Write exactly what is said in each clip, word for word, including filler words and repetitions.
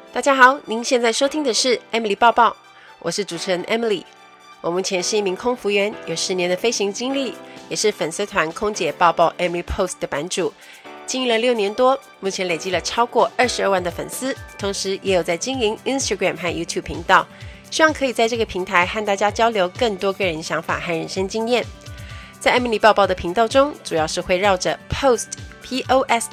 大家好，您现在收听的是 Emily 报报，我是主持人 Emily。我目前是一名空服员，有十年的飞行经历，也是粉丝团空姐报报 Emily Post 的版主，经营了六年多，目前累积了超过二十二万的粉丝，同时也有在经营 Instagram 和 YouTube 频道，希望可以在这个平台和大家交流更多个人想法和人生经验。在 Emily 报报的频道中，主要是会绕着 Post P O S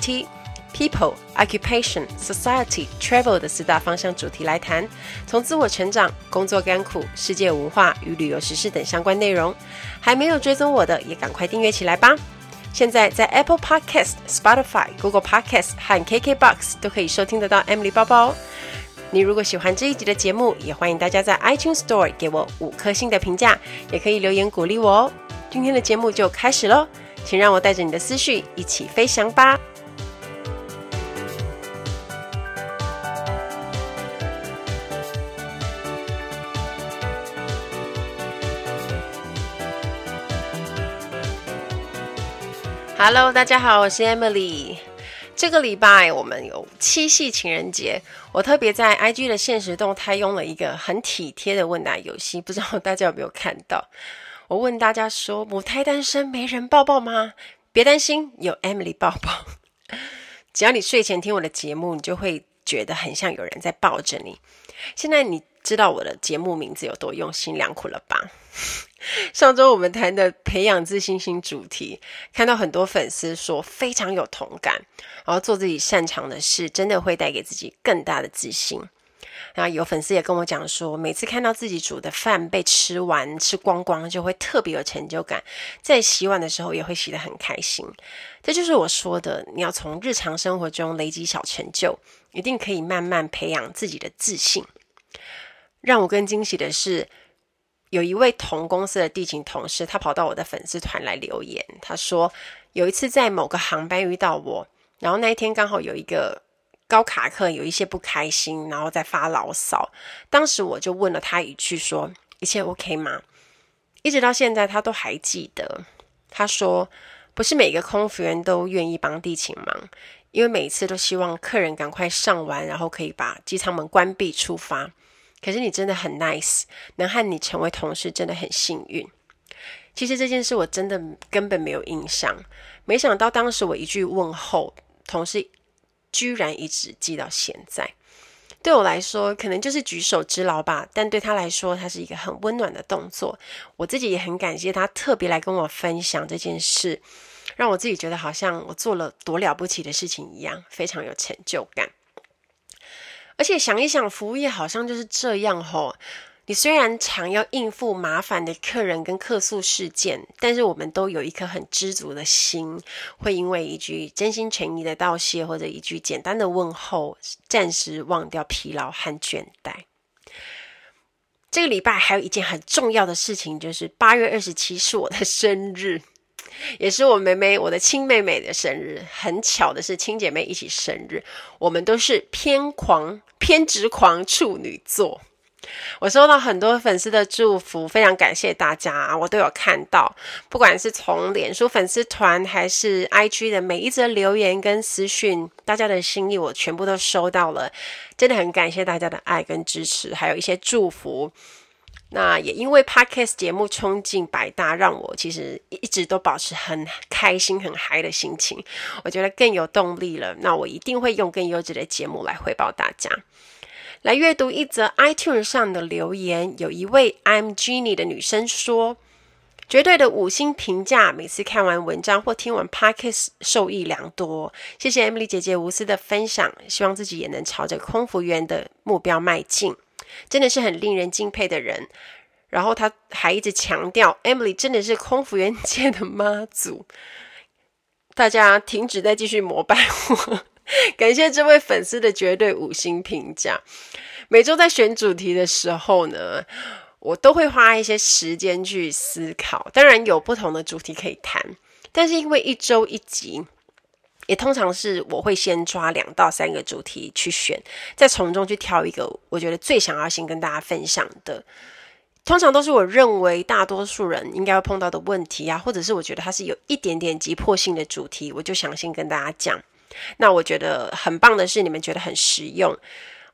T、People、Occupation、Society、Travel 的四大方向主题来谈，从自我成长、工作甘苦、世界文化与旅游时事等相关内容。还没有追踪我的，也赶快订阅起来吧！现在在 Apple Podcast、Spotify、Google Podcast 和 K K B O X 都可以收听得到 Emily 报报哦。你如果喜欢这一集的节目，也欢迎大家在 iTunes Store 给我五颗星的评价，也可以留言鼓励我哦。今天的节目就开始咯，请让我带着你的思绪一起飞翔吧。Hello， 大家好，我是 Emily。这个礼拜我们有七夕情人节，我特别在 I G 的限时动态用了一个很体贴的问答游戏，不知道大家有没有看到？我问大家说，母胎单身没人抱抱吗？别担心，有 Emily 抱抱。只要你睡前听我的节目，你就会觉得很像有人在抱着你。现在你知道我的节目名字有多用心良苦了吧？上周我们谈的培养自信心主题，看到很多粉丝说非常有同感，然后做自己擅长的事真的会带给自己更大的自信。那有粉丝也跟我讲说，每次看到自己煮的饭被吃完吃光光，就会特别有成就感，在洗碗的时候也会洗得很开心。这就是我说的，你要从日常生活中累积小成就，一定可以慢慢培养自己的自信。让我更惊喜的是，有一位同公司的地勤同事，他跑到我的粉丝团来留言，他说有一次在某个航班遇到我，然后那一天刚好有一个高卡克有一些不开心，然后在发牢骚，当时我就问了他一句说，一切 OK 吗？一直到现在他都还记得。他说不是每个空服员都愿意帮地勤忙，因为每一次都希望客人赶快上完，然后可以把机舱门关闭出发。可是你真的很 nice， 能和你成为同事真的很幸运。其实这件事我真的根本没有印象，没想到当时我一句问候，同事居然一直记到现在。对我来说可能就是举手之劳吧，但对他来说它是一个很温暖的动作。我自己也很感谢他特别来跟我分享这件事，让我自己觉得好像我做了多了不起的事情一样，非常有成就感。而且想一想，服务业好像就是这样吼，你虽然常要应付麻烦的客人跟客诉事件，但是我们都有一颗很知足的心，会因为一句真心诚意的道谢或者一句简单的问候，暂时忘掉疲劳和倦怠。这个礼拜还有一件很重要的事情，就是八月二十七是我的生日，也是我妹妹我的亲妹妹的生日。很巧的是亲姐妹一起生日，我们都是偏狂偏执狂处女座。我收到很多粉丝的祝福，非常感谢大家，我都有看到，不管是从脸书粉丝团还是 I G 的每一则留言跟私讯，大家的心意我全部都收到了，真的很感谢大家的爱跟支持，还有一些祝福。那也因为 Podcast 节目冲进百大，让我其实一直都保持很开心很嗨的心情，我觉得更有动力了。那我一定会用更优质的节目来回报大家。来阅读一则 iTunes 上的留言，有一位 I'm Jeannie 的女生说，绝对的五星评价，每次看完文章或听完 Podcast 受益良多，谢谢 Emily 姐姐无私的分享，希望自己也能朝着空服员的目标迈进，真的是很令人敬佩的人。然后他还一直强调 Emily 真的是空服员界的妈祖，大家停止再继续膜拜我，感谢这位粉丝的绝对五星评价。每周在选主题的时候呢，我都会花一些时间去思考，当然有不同的主题可以谈，但是因为一周一集，也通常是我会先抓两到三个主题去选，再从中去挑一个我觉得最想要先跟大家分享的，通常都是我认为大多数人应该会碰到的问题啊，或者是我觉得它是有一点点急迫性的主题，我就想先跟大家讲。那我觉得很棒的是你们觉得很实用，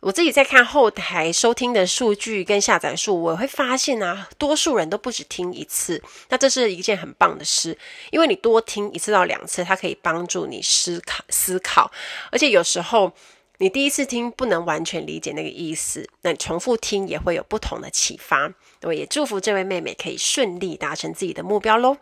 我自己在看后台收听的数据跟下载数，我会发现啊，多数人都不只听一次。那这是一件很棒的事，因为你多听一次到两次，它可以帮助你思考思考。而且有时候你第一次听不能完全理解那个意思，那你重复听也会有不同的启发。我也祝福这位妹妹可以顺利达成自己的目标咯。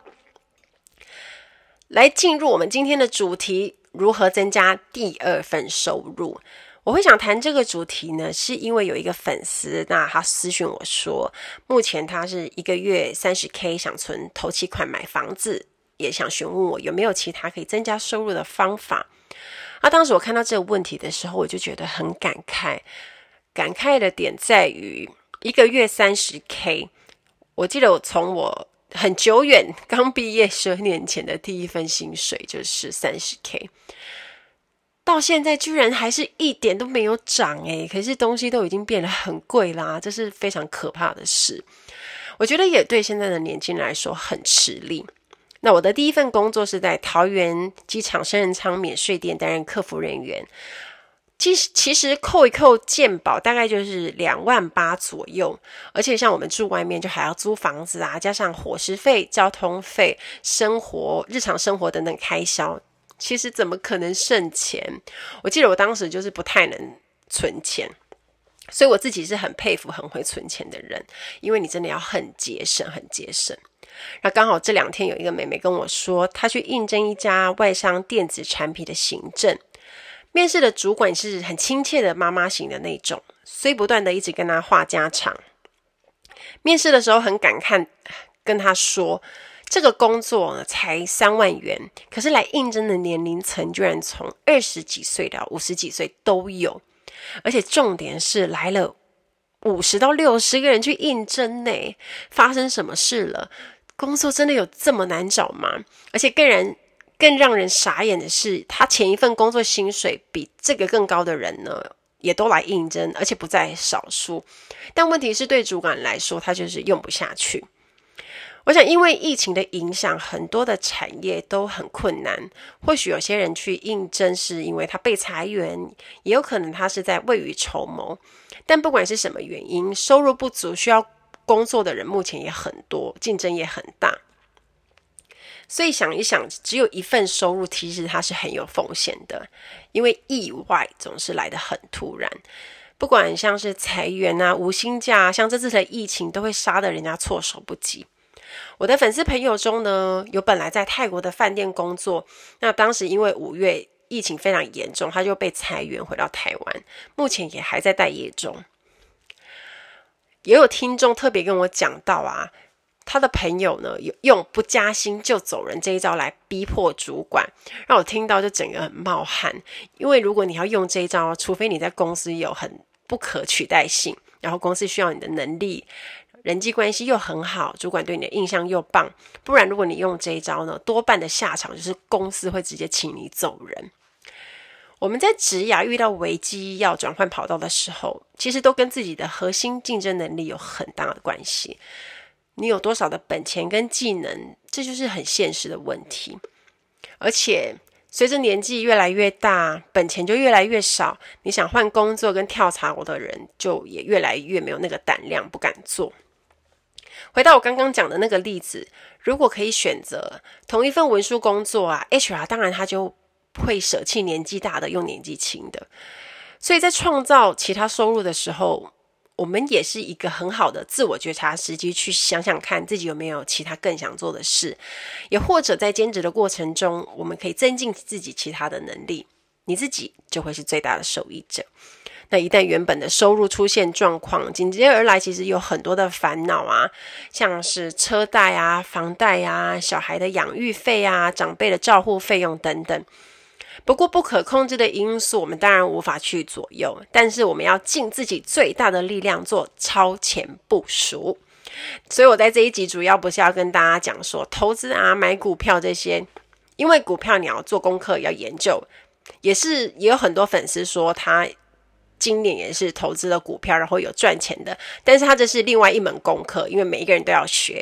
来进入我们今天的主题，如何增加第二份收入。我会想谈这个主题呢，是因为有一个粉丝，那他私讯我说，目前他是一个月 三十K 想存头期款买房子，也想询问我有没有其他可以增加收入的方法。那当时我看到这个问题的时候，我就觉得很感慨。感慨的点在于一个月 三十K， 我记得我从我很久远刚毕业十二年前的第一份薪水就是 三十K，到现在居然还是一点都没有涨诶，可是东西都已经变得很贵啦，这是非常可怕的事。我觉得也对现在的年轻人来说很吃力。那我的第一份工作是在桃园机场升人舱免税店担任客服人员，其实其实扣一扣健保大概就是两万八左右，而且像我们住外面就还要租房子啊，加上伙食费、交通费、生活日常生活等等开销，其实怎么可能剩钱？我记得我当时就是不太能存钱，所以我自己是很佩服很会存钱的人，因为你真的要很节省很节省。那刚好这两天有一个妹妹跟我说，她去应征一家外商电子产品的行政，面试的主管是很亲切的妈妈型的那种，所以不断的一直跟她话家常。面试的时候很感慨跟她说，这个工作呢才三万元，可是来应征的年龄层居然从二十几岁到五十几岁都有，而且重点是来了五十到六十个人去应征呢，发生什么事了？工作真的有这么难找吗？而且更让更让人傻眼的是，他前一份工作薪水比这个更高的人呢，也都来应征，而且不在少数。但问题是对主管来说，他就是用不下去。我想因为疫情的影响，很多的产业都很困难，或许有些人去应征是因为他被裁员，也有可能他是在未雨绸缪。但不管是什么原因，收入不足需要工作的人目前也很多，竞争也很大。所以想一想，只有一份收入其实它是很有风险的，因为意外总是来得很突然。不管像是裁员啊、无薪假啊，像这次的疫情都会杀得人家措手不及。我的粉丝朋友中呢，有本来在泰国的饭店工作，那当时因为五月疫情非常严重，他就被裁员回到台湾，目前也还在待业中。也有听众特别跟我讲到啊，他的朋友呢有用不加薪就走人这一招来逼迫主管，让我听到就整个很冒汗。因为如果你要用这一招，除非你在公司有很不可取代性，然后公司需要你的能力，人际关系又很好，主管对你的印象又棒，不然如果你用这一招呢，多半的下场就是公司会直接请你走人。我们在职涯遇到危机要转换跑道的时候，其实都跟自己的核心竞争能力有很大的关系。你有多少的本钱跟技能，这就是很现实的问题。而且随着年纪越来越大，本钱就越来越少，你想换工作跟跳槽的人就也越来越没有那个胆量，不敢做。回到我刚刚讲的那个例子，如果可以选择同一份文书工作啊 H R 当然他就会舍弃年纪大的，用年纪轻的。所以在创造其他收入的时候，我们也是一个很好的自我觉察时机，去想想看自己有没有其他更想做的事，也或者在兼职的过程中，我们可以增进自己其他的能力，你自己就会是最大的受益者。那一旦原本的收入出现状况，紧接而来其实有很多的烦恼啊，像是车贷啊、房贷啊、小孩的养育费啊、长辈的照护费用等等。不过不可控制的因素我们当然无法去左右，但是我们要尽自己最大的力量做超前部署。所以我在这一集主要不是要跟大家讲说投资啊、买股票这些，因为股票你要做功课要研究，也是也有很多粉丝说他今年也是投资了股票然后有赚钱的，但是他这是另外一门功课，因为每一个人都要学，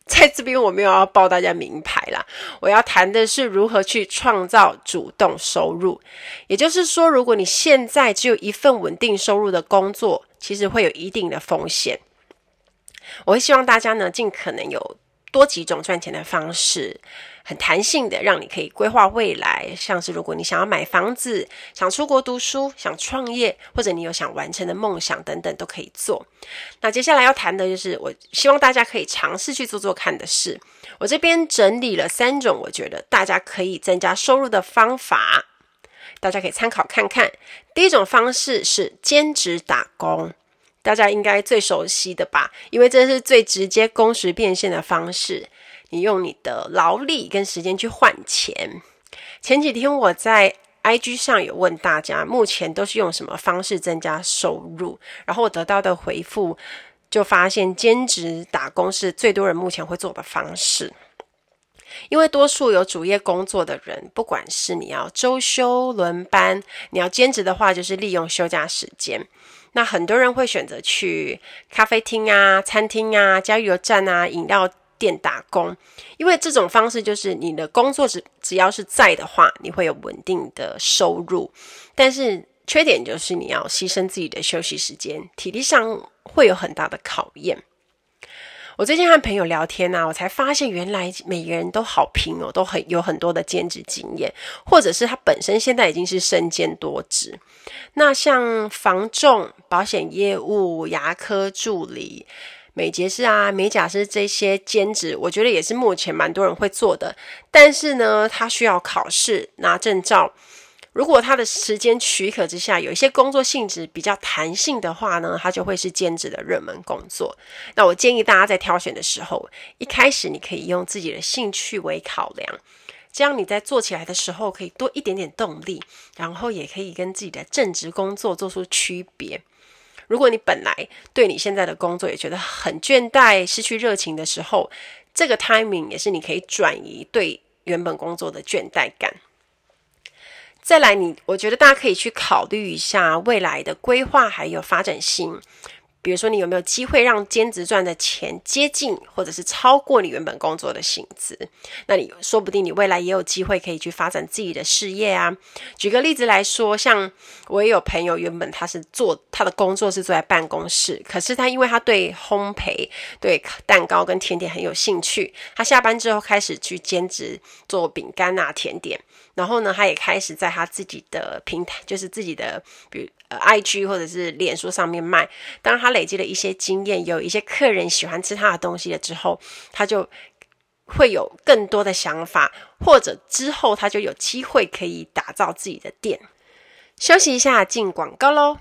在这边我没有要报大家名牌啦，我要谈的是如何去创造主动收入。也就是说，如果你现在只有一份稳定收入的工作，其实会有一定的风险。我会希望大家呢，尽可能有多几种赚钱的方式，很弹性的让你可以规划未来，像是如果你想要买房子，想出国读书，想创业，或者你有想完成的梦想等等都可以做。那接下来要谈的就是我希望大家可以尝试去做做看的事。我这边整理了三种我觉得大家可以增加收入的方法，大家可以参考看看。第一种方式是兼职打工，大家应该最熟悉的吧，因为这是最直接工时变现的方式，你用你的劳力跟时间去换钱。前几天我在 I G 上有问大家目前都是用什么方式增加收入，然后我得到的回复就发现兼职打工是最多人目前会做的方式。因为多数有主业工作的人，不管是你要周休轮班，你要兼职的话就是利用休假时间，那很多人会选择去咖啡厅啊、餐厅啊、加油站啊、饮料店打工，因为这种方式就是你的工作 只, 只要是在的话，你会有稳定的收入，但是缺点就是你要牺牲自己的休息时间，体力上会有很大的考验。我最近和朋友聊天啊，我才发现原来每个人都好拼哦，都很有很多的兼职经验，或者是他本身现在已经是身兼多职。那像房仲、保险业务、牙科助理、美睫师啊、美甲师这些兼职，我觉得也是目前蛮多人会做的。但是呢，他需要考试拿证照。如果他的时间许可之下，有一些工作性质比较弹性的话呢，它就会是兼职的热门工作。那我建议大家在挑选的时候，一开始你可以用自己的兴趣为考量，这样你在做起来的时候可以多一点点动力，然后也可以跟自己的正职工作做出区别。如果你本来对你现在的工作也觉得很倦怠、失去热情的时候，这个 timing 也是你可以转移对原本工作的倦怠感。再来你，我觉得大家可以去考虑一下未来的规划还有发展性。比如说你有没有机会让兼职赚的钱接近或者是超过你原本工作的薪资，那你说不定你未来也有机会可以去发展自己的事业啊。举个例子来说，像我也有朋友原本他是做他的工作是坐在办公室，可是他因为他对烘焙对蛋糕跟甜点很有兴趣，他下班之后开始去兼职做饼干啊甜点，然后呢他也开始在他自己的平台，就是自己的比如呃 I G 或者是脸书上面卖。当他累积了一些经验，有一些客人喜欢吃他的东西了之后，他就会有更多的想法，或者之后他就有机会可以打造自己的店。休息一下，进广告咯。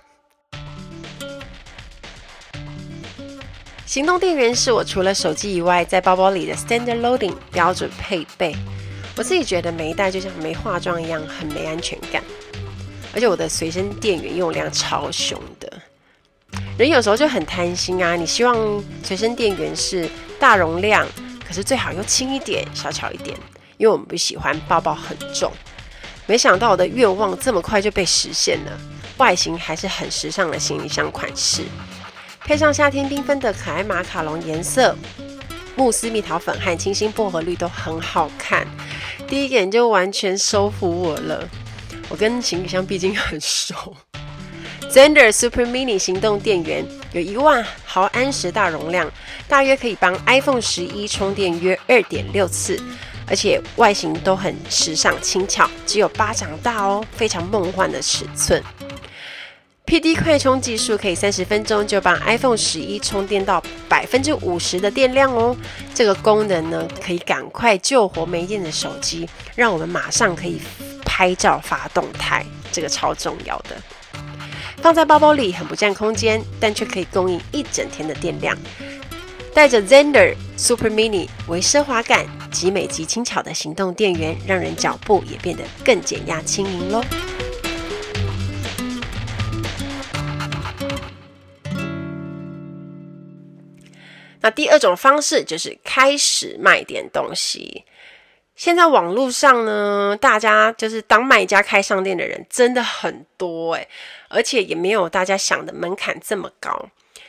行动电源是我除了手机以外在包包里的 standard loading 标准配备，我自己觉得没带就像没化妆一样，很没安全感。而且我的随身电源用量超凶的，人有时候就很贪心啊，你希望随身电源是大容量，可是最好又轻一点小巧一点，因为我们不喜欢包包很重。没想到我的愿望这么快就被实现了，外形还是很时尚的行李箱款式，配上夏天缤纷的可爱马卡龙颜色，慕斯蜜桃粉和清新薄荷绿都很好看，第一眼就完全收服我了。我跟行李箱毕竟很熟。Zender Super Mini 行动电源有一万毫安时大容量，大约可以帮 iPhone 十一充电约 二点六次，而且外形都很时尚轻巧，只有巴掌大哦，非常梦幻的尺寸。P D 快充技术可以三十分钟就帮 iPhone 十一充电到 百分之五十 的电量哦。这个功能呢，可以赶快救活没电的手机，让我们马上可以拍照发动态，这个超重要的。放在包包里很不占空间，但却可以供应一整天的电量。带着 Zender Super Mini 为奢华感极美极轻巧的行动电源，让人脚步也变得更减压轻盈咯。那第二种方式就是开始卖点东西。现在网络上呢，大家就是当卖家开商店的人真的很多诶，而且也没有大家想的门槛这么高。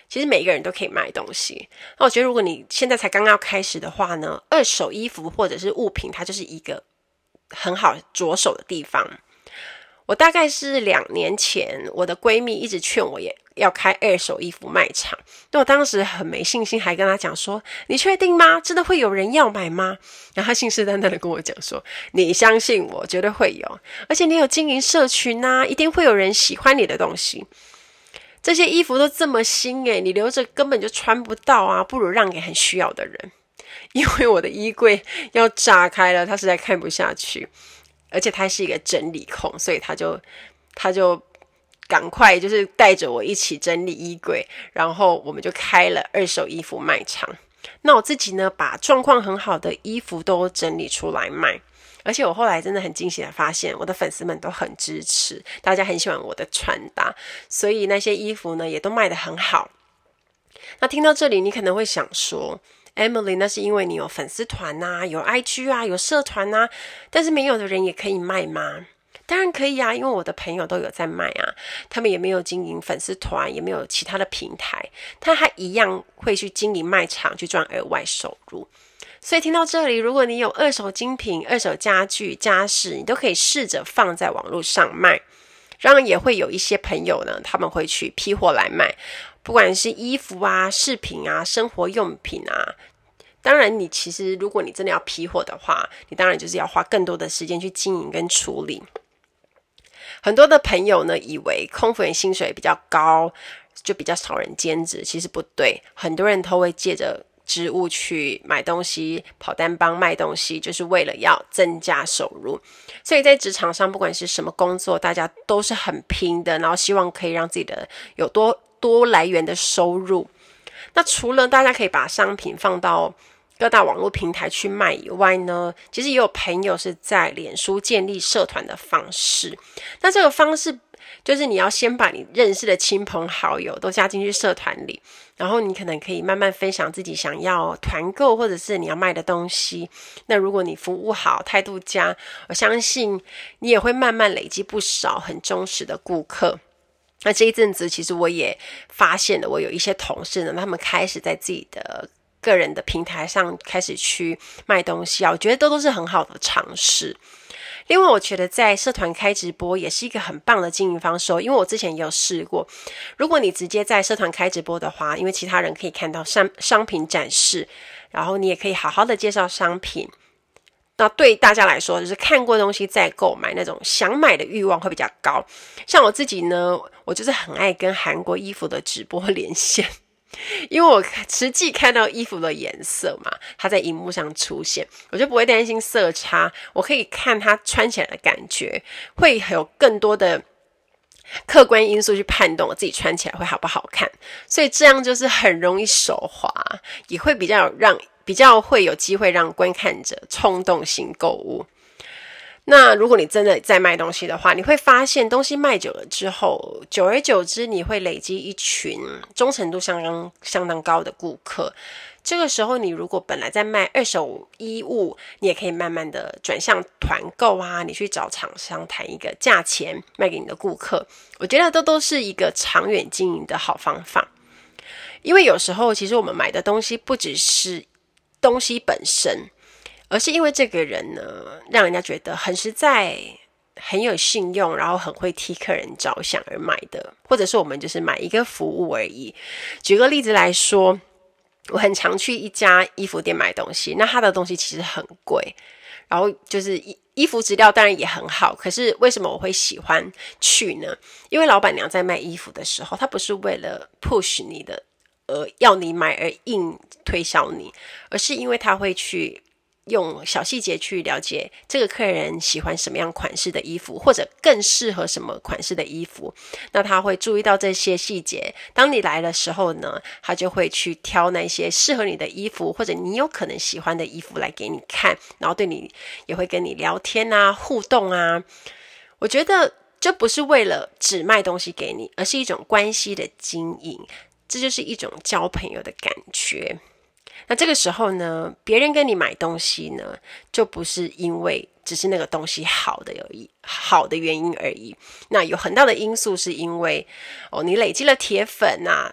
其实每一个人都可以卖东西。那我觉得如果你现在才刚刚要开始的话呢，二手衣服或者是物品，它就是一个很好着手的地方。我大概是两年前，我的闺蜜一直劝我也要开二手衣服卖场，那我当时很没信心，还跟她讲说，你确定吗？真的会有人要买吗？然后她信誓旦旦的跟我讲说，你相信我，绝对会有，而且你有经营社群啊，一定会有人喜欢你的东西。这些衣服都这么新耶，你留着根本就穿不到啊，不如让给很需要的人。因为我的衣柜要炸开了，她实在看不下去，而且他是一个整理控，所以他就他就赶快就是带着我一起整理衣柜，然后我们就开了二手衣服卖场。那我自己呢，把状况很好的衣服都整理出来卖，而且我后来真的很惊喜的发现，我的粉丝们都很支持，大家很喜欢我的穿搭，所以那些衣服呢也都卖得很好。那听到这里，你可能会想说，Emily， 那是因为你有粉丝团啊，有 I G 啊，有社团啊，但是没有的人也可以卖吗？当然可以啊，因为我的朋友都有在卖啊，他们也没有经营粉丝团，也没有其他的平台，但他一样会去经营卖场，去赚额外收入。所以听到这里，如果你有二手精品、二手家具、家饰，你都可以试着放在网络上卖。当然也会有一些朋友呢，他们会去批货来卖，不管是衣服啊、饰品啊、生活用品啊。当然你其实如果你真的要批货的话，你当然就是要花更多的时间去经营跟处理。很多的朋友呢，以为空服员薪水比较高，就比较少人兼职，其实不对，很多人都会借着职务去买东西，跑单帮卖东西，就是为了要增加收入。所以在职场上，不管是什么工作，大家都是很拼的，然后希望可以让自己的有多多来源的收入。那除了大家可以把商品放到各大网络平台去卖以外呢，其实也有朋友是在脸书建立社团的方式。那这个方式就是你要先把你认识的亲朋好友都加进去社团里，然后你可能可以慢慢分享自己想要团购或者是你要卖的东西。那如果你服务好，态度佳，我相信你也会慢慢累积不少很忠实的顾客。那这一阵子其实我也发现了，我有一些同事呢，他们开始在自己的个人的平台上开始去卖东西啊，我觉得都都是很好的尝试。另外我觉得在社团开直播也是一个很棒的经营方式，因为我之前也有试过，如果你直接在社团开直播的话，因为其他人可以看到商商品展示，然后你也可以好好的介绍商品，那对大家来说就是看过东西再购买，那种想买的欲望会比较高。像我自己呢，我就是很爱跟韩国衣服的直播连线，因为我实际看到衣服的颜色嘛，它在荧幕上出现，我就不会担心色差，我可以看它穿起来的感觉，会有更多的客观因素去判断我自己穿起来会好不好看，所以这样就是很容易手滑，也会比较让比较会有机会让观看者冲动性购物。那如果你真的在卖东西的话，你会发现东西卖久了之后，久而久之你会累积一群忠诚度相当相当高的顾客。这个时候你如果本来在卖二手衣物，你也可以慢慢的转向团购啊，你去找厂商谈一个价钱卖给你的顾客。我觉得这都是一个长远经营的好方法。因为有时候其实我们买的东西不只是东西本身，而是因为这个人呢，让人家觉得很实在，很有信用，然后很会替客人着想而买的，或者是我们就是买一个服务而已。举个例子来说，我很常去一家衣服店买东西，那他的东西其实很贵，然后就是衣服质料当然也很好，可是为什么我会喜欢去呢？因为老板娘在卖衣服的时候，她不是为了 push 你的而要你买而硬推销你，而是因为她会去用小细节去了解这个客人喜欢什么样款式的衣服，或者更适合什么款式的衣服，那他会注意到这些细节。当你来的时候呢，他就会去挑那些适合你的衣服，或者你有可能喜欢的衣服来给你看，然后对你也会跟你聊天啊，互动啊。我觉得这不是为了只卖东西给你，而是一种关系的经营，这就是一种交朋友的感觉。那这个时候呢，别人跟你买东西呢，就不是因为只是那个东西好的而已，好的原因而已。那有很大的因素是因为哦，你累积了铁粉啊，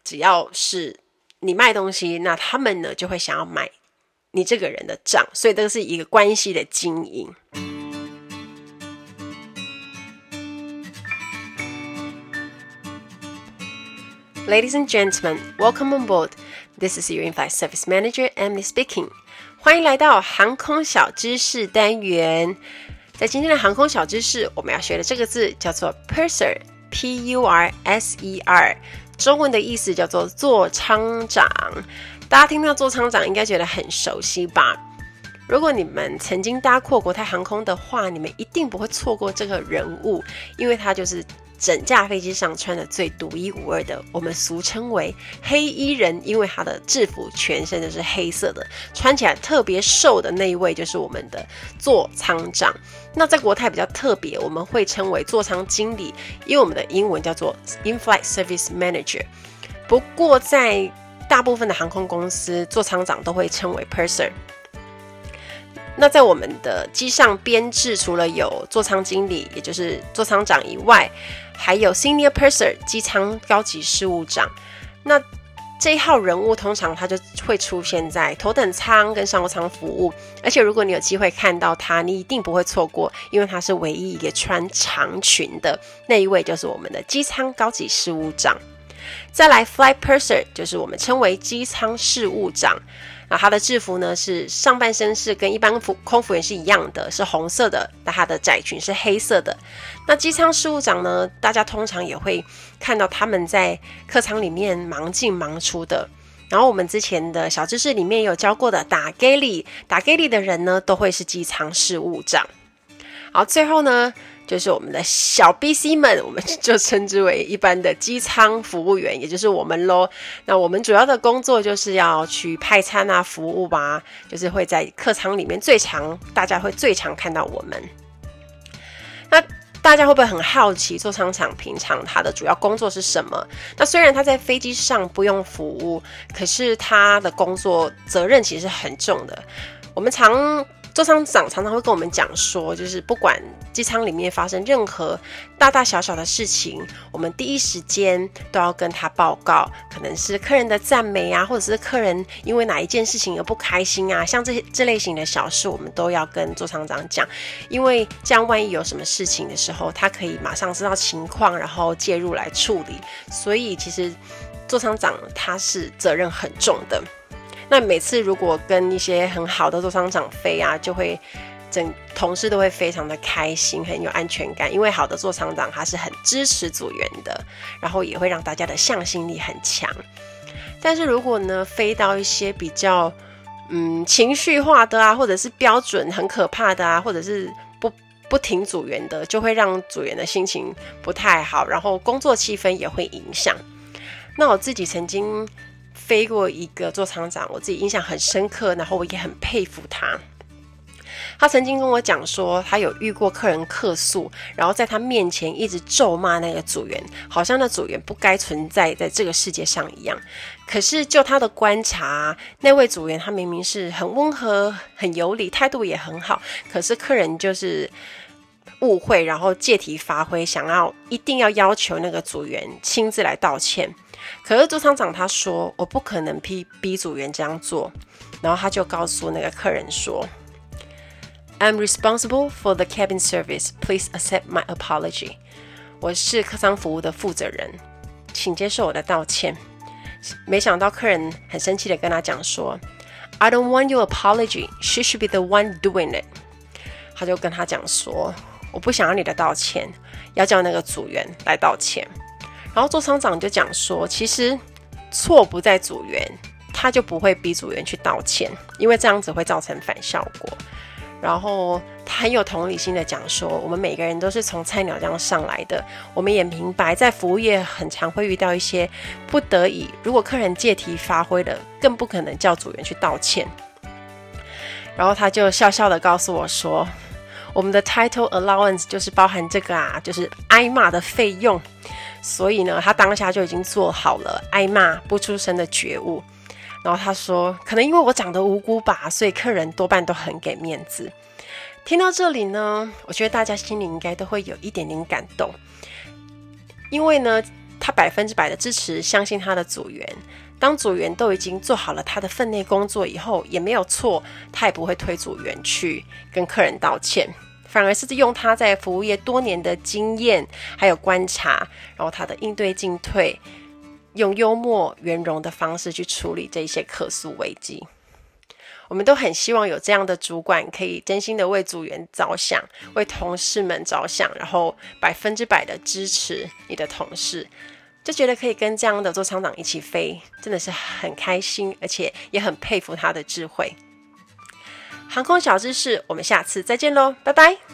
只要是你卖东西，那他们呢就会想要买你这个人的账，所以这是一个关系的经营。Ladies and gentlemen, welcome on board. This is your in-flight service manager, Emily speaking. 欢迎来到航空小知识单元。在今天的航空小知识，我们要学的这个字叫做 Purser, P U R S E R， 中文的意思叫做座舱长。大家听到座舱长应该觉得很熟悉吧？如果你们曾经搭过国泰航空的话，你们一定不会错过这个人物，因为他就是整架飞机上穿的最独一无二的，我们俗称为黑衣人，因为他的制服全身都是黑色的，穿起来特别瘦的那一位就是我们的座舱长。那在国泰比较特别，我们会称为座舱经理，因为我们的英文叫做 in-flight service manager。不过在大部分的航空公司，座舱长都会称为 purser。那在我们的机上编制，除了有座舱经理，也就是座舱长以外，还有 Senior Purser 机舱高级事务长。那这一号人物通常他就会出现在头等舱跟商务舱服务，而且如果你有机会看到他，你一定不会错过，因为他是唯一一个穿长裙的那一位，就是我们的机舱高级事务长。再来 Flight Purser 就是我们称为机舱事务长。那他的制服呢是上半身是跟一般空服员是一样的，是红色的，但他的窄裙是黑色的。那机舱事务长呢，大家通常也会看到他们在客舱里面忙进忙出的。然后我们之前的小知识里面有教过的打 galley 打 galley 的人呢，都会是机舱事务长。好，最后呢就是我们的小 B C 们，我们就称之为一般的机舱服务员，也就是我们咯。那我们主要的工作就是要去派餐啊、服务啊，就是会在客舱里面最常，大家会最常看到我们。那大家会不会很好奇座舱长平常他的主要工作是什么？那虽然他在飞机上不用服务，可是他的工作责任其实很重的。我们常座舱长常常会跟我们讲说，就是不管机舱里面发生任何大大小小的事情，我们第一时间都要跟他报告，可能是客人的赞美啊，或者是客人因为哪一件事情而不开心啊，像 这, 这类型的小事我们都要跟座舱长讲，因为这样万一有什么事情的时候，他可以马上知道情况，然后介入来处理。所以其实座舱长他是责任很重的。那每次如果跟一些很好的座舱长飞啊，就会整同事都会非常的开心，很有安全感，因为好的座舱长他是很支持组员的，然后也会让大家的向心力很强。但是如果呢飞到一些比较嗯情绪化的啊，或者是标准很可怕的啊，或者是不不听组员的，就会让组员的心情不太好，然后工作气氛也会影响。那我自己曾经飞过一个座舱长，我自己印象很深刻，然后我也很佩服他。他曾经跟我讲说，他有遇过客人客诉，然后在他面前一直咒骂那个组员，好像那组员不该存在在这个世界上一样。可是就他的观察，那位组员他明明是很温和、很有礼，态度也很好，可是客人就是误会，然后借题发挥，想要一定要要求那个组员亲自来道歉。可是座舱长他说，我不可能逼逼组员这样做，然后他就告诉那个客人说， I'm responsible for the cabin service. Please accept my apology. 我是客舱服务的负责人，请接受我的道歉。没想到客人很生气的跟他讲说， I don't want your apology. She should be the one doing it. 他就跟他讲说，我不想要你的道歉，要叫那个组员来道歉。然后座舱长就讲说，其实错不在组员，他就不会逼组员去道歉，因为这样子会造成反效果。然后他很有同理心的讲说，我们每个人都是从菜鸟这样上来的，我们也明白在服务业很常会遇到一些不得已，如果客人借题发挥了，更不可能叫组员去道歉。然后他就笑笑的告诉我说，我们的 title allowance 就是包含这个啊，就是挨骂的费用。所以呢，他当下就已经做好了挨骂不出声的觉悟。然后他说，可能因为我长得无辜吧，所以客人多半都很给面子。听到这里呢，我觉得大家心里应该都会有一点点感动，因为呢， 他百分之百的支持，相信他的组员。当组员都已经做好了他的分内工作以后，也没有错，他也不会推组员去跟客人道歉，反而是用他在服务业多年的经验还有观察，然后他的应对进退，用幽默圆融的方式去处理这些客诉危机。我们都很希望有这样的主管，可以真心的为组员着想，为同事们着想，然后百分之百的支持你的同事，就觉得可以跟这样的座舱长一起飞，真的是很开心，而且也很佩服他的智慧。航空小知识，我们下次再见咯，拜拜。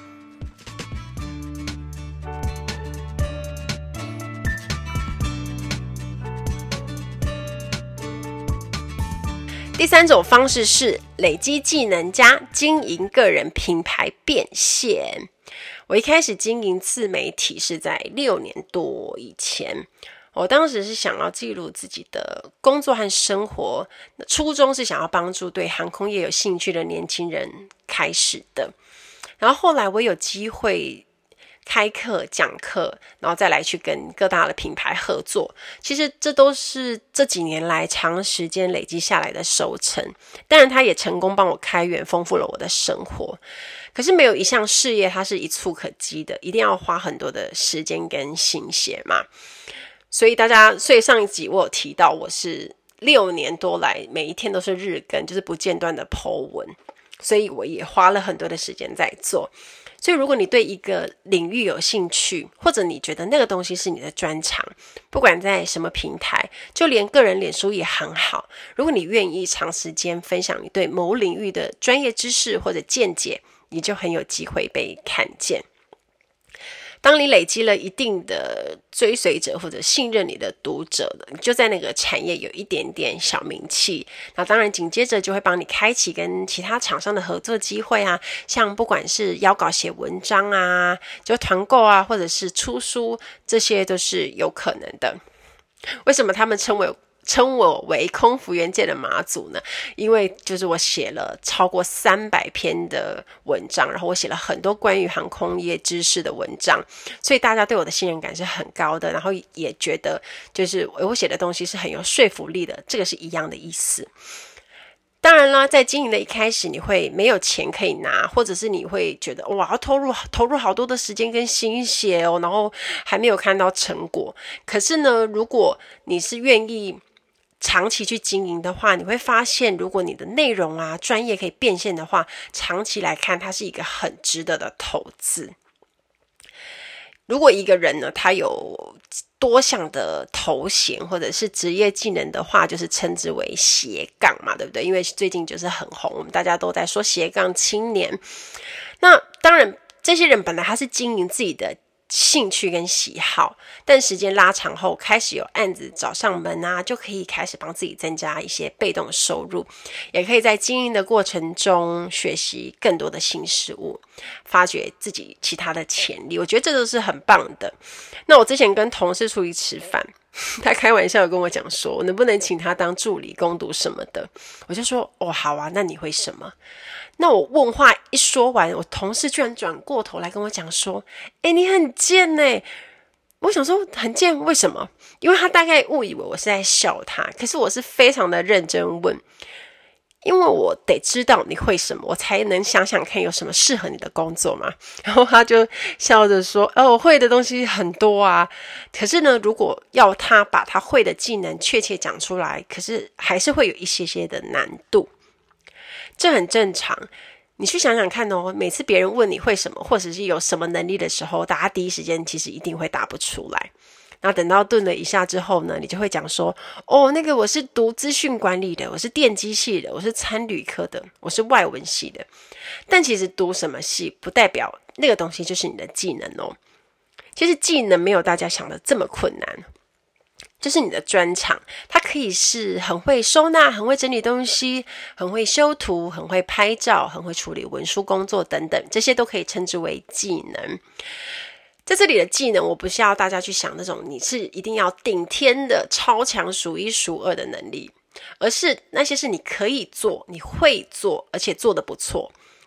第三种方式是累积技能加经营个人品牌变现。我一开始经营自媒体是在六年多以前，我当时是想要记录自己的工作和生活，初衷是想要帮助对航空业有兴趣的年轻人开始的。然后后来我有机会开课讲课，然后再来去跟各大的品牌合作，其实这都是这几年来长时间累积下来的收成。当然它也成功帮我开源，丰富了我的生活。可是没有一项事业它是一蹴可及的，一定要花很多的时间跟心血嘛。所以大家，所以上一集我有提到，我是六年多来每一天都是日更，就是不间断的 po 文，所以我也花了很多的时间在做。所以如果你对一个领域有兴趣，或者你觉得那个东西是你的专长，不管在什么平台，就连个人脸书也很好，如果你愿意长时间分享你对某领域的专业知识或者见解，你就很有机会被看见。当你累积了一定的追随者或者信任你的读者了，你就在那个产业有一点点小名气，那当然紧接着就会帮你开启跟其他厂商的合作机会啊，像不管是邀稿写文章啊，就团购啊，或者是出书，这些都是有可能的。为什么他们称为称我为空服员界的马祖呢？因为就是我写了超过三百篇的文章，然后我写了很多关于航空业知识的文章，所以大家对我的信任感是很高的，然后也觉得就是我写的东西是很有说服力的，这个是一样的意思。当然啦，在经营的一开始你会没有钱可以拿，或者是你会觉得哇要投入投入好多的时间跟心血哦，然后还没有看到成果。可是呢，如果你是愿意长期去经营的话，你会发现如果你的内容啊专业可以变现的话，长期来看它是一个很值得的投资。如果一个人呢他有多项的头衔或者是职业技能的话，就是称之为斜杠嘛，对不对？因为最近就是很红，我们大家都在说斜杠青年。那当然这些人本来他是经营自己的兴趣跟喜好，但时间拉长后开始有案子找上门啊，就可以开始帮自己增加一些被动收入，也可以在经营的过程中学习更多的新事物，发掘自己其他的潜力，我觉得这都是很棒的。那我之前跟同事出去吃饭，他开玩笑跟我讲说我能不能请他当助理工读什么的，我就说哦好啊，那你会什么？那我问话一说完，我同事居然转过头来跟我讲说诶你很贱耶。我想说很贱为什么？因为他大概误以为我是在笑他，可是我是非常的认真问，因为我得知道你会什么，我才能想想看有什么适合你的工作嘛。然后他就笑着说哦，我会的东西很多啊。可是呢，如果要他把他会的技能确切讲出来，可是还是会有一些些的难度，这很正常。你去想想看哦，每次别人问你会什么或者是有什么能力的时候，大家第一时间其实一定会答不出来。然后等到顿了一下之后呢，你就会讲说哦，那个我是读资讯管理的，我是电机系的，我是餐旅科的，我是外文系的。但其实读什么系不代表那个东西就是你的技能哦。其实技能没有大家想的这么困难，就是你的专长，它可以是很会收纳，很会整理东西，很会修图，很会拍照，很会处理文书工作等等，这些都可以称之为技能。在这里的技能，我不是要大家去想那种你是一定要顶天的超强数一数二的能力，而是那些是你可以做，你会做，而且做得不错，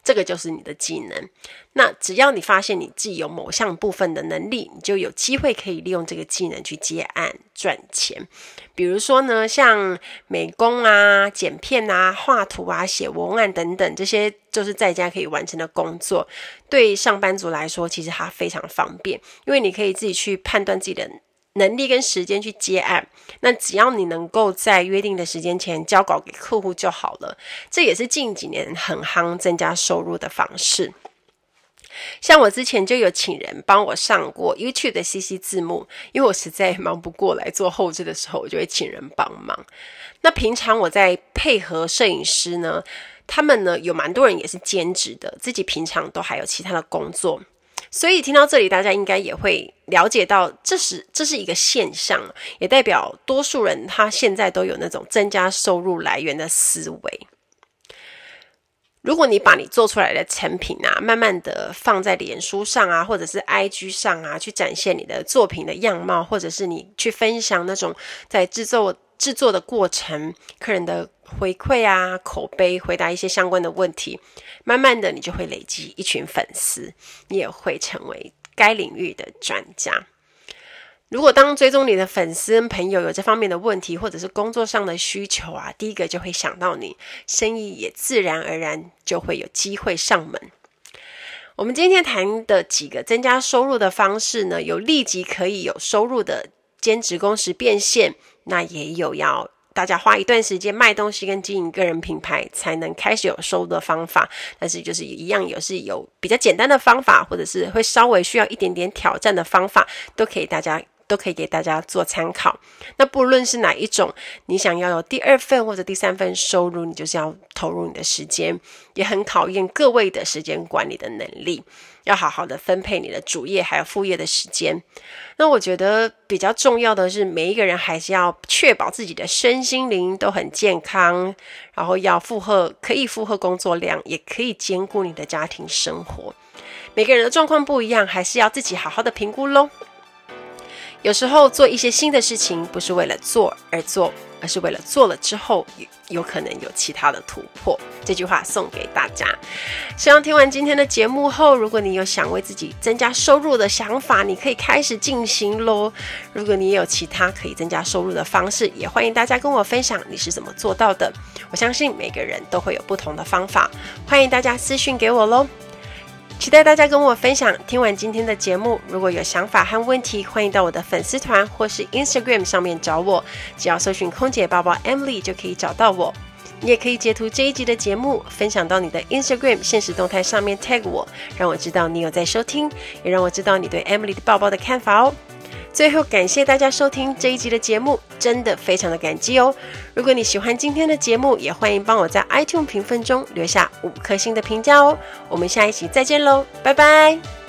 这个就是你的技能。那只要你发现你自己有某项部分的能力，你就有机会可以利用这个技能去接案赚钱。比如说呢，像美工啊、剪片啊、画图啊、写文案等等，这些就是在家可以完成的工作。对上班族来说，其实它非常方便，因为你可以自己去判断自己的能力跟时间去接案，那只要你能够在约定的时间前交稿给客户就好了。这也是近几年很夯增加收入的方式。像我之前就有请人帮我上过 YouTube 的 C C 字幕，因为我实在忙不过来做后制的时候，我就会请人帮忙。那平常我在配合摄影师呢，他们呢有蛮多人也是兼职的，自己平常都还有其他的工作。所以听到这里，大家应该也会了解到这是这是一个现象，也代表多数人他现在都有那种增加收入来源的思维。如果你把你做出来的成品啊，慢慢的放在脸书上啊，或者是 I G 上啊，去展现你的作品的样貌，或者是你去分享那种在制作制作的过程，客人的回馈啊、口碑，回答一些相关的问题，慢慢的你就会累积一群粉丝，你也会成为该领域的专家。如果当追踪你的粉丝跟朋友有这方面的问题，或者是工作上的需求啊，第一个就会想到你，生意也自然而然就会有机会上门。我们今天谈的几个增加收入的方式呢，有立即可以有收入的兼职工时变现，那也有要大家花一段时间卖东西跟经营个人品牌才能开始有收入的方法，但是就是一样有是有比较简单的方法，或者是会稍微需要一点点挑战的方法，都可以大家都可以给大家做参考。那不论是哪一种，你想要有第二份或者第三份收入，你就是要投入你的时间，也很考验各位的时间管理的能力，要好好的分配你的主业还有副业的时间。那我觉得比较重要的是，每一个人还是要确保自己的身心灵都很健康，然后要负荷可以负荷工作量，也可以兼顾你的家庭生活。每个人的状况不一样，还是要自己好好的评估咯。有时候做一些新的事情，不是为了做而做，而是为了做了之后有可能有其他的突破。这句话送给大家。希望听完今天的节目后，如果你有想为自己增加收入的想法，你可以开始进行咯。如果你也有其他可以增加收入的方式，也欢迎大家跟我分享你是怎么做到的。我相信每个人都会有不同的方法，欢迎大家私讯给我咯。期待大家跟我分享听完今天的节目，如果有想法和问题，欢迎到我的粉丝团或是 Instagram 上面找我，只要搜寻空姐包包 Emily 就可以找到我。你也可以截图这一集的节目，分享到你的 Instagram 限时动态上面 tag 我，让我知道你有在收听，也让我知道你对 Emily 的包包的看法哦。最后感谢大家收听这一集的节目，真的非常的感激哦。如果你喜欢今天的节目，也欢迎帮我在 iTunes 评分中留下五颗星的评价哦。我们下一集再见咯，拜拜。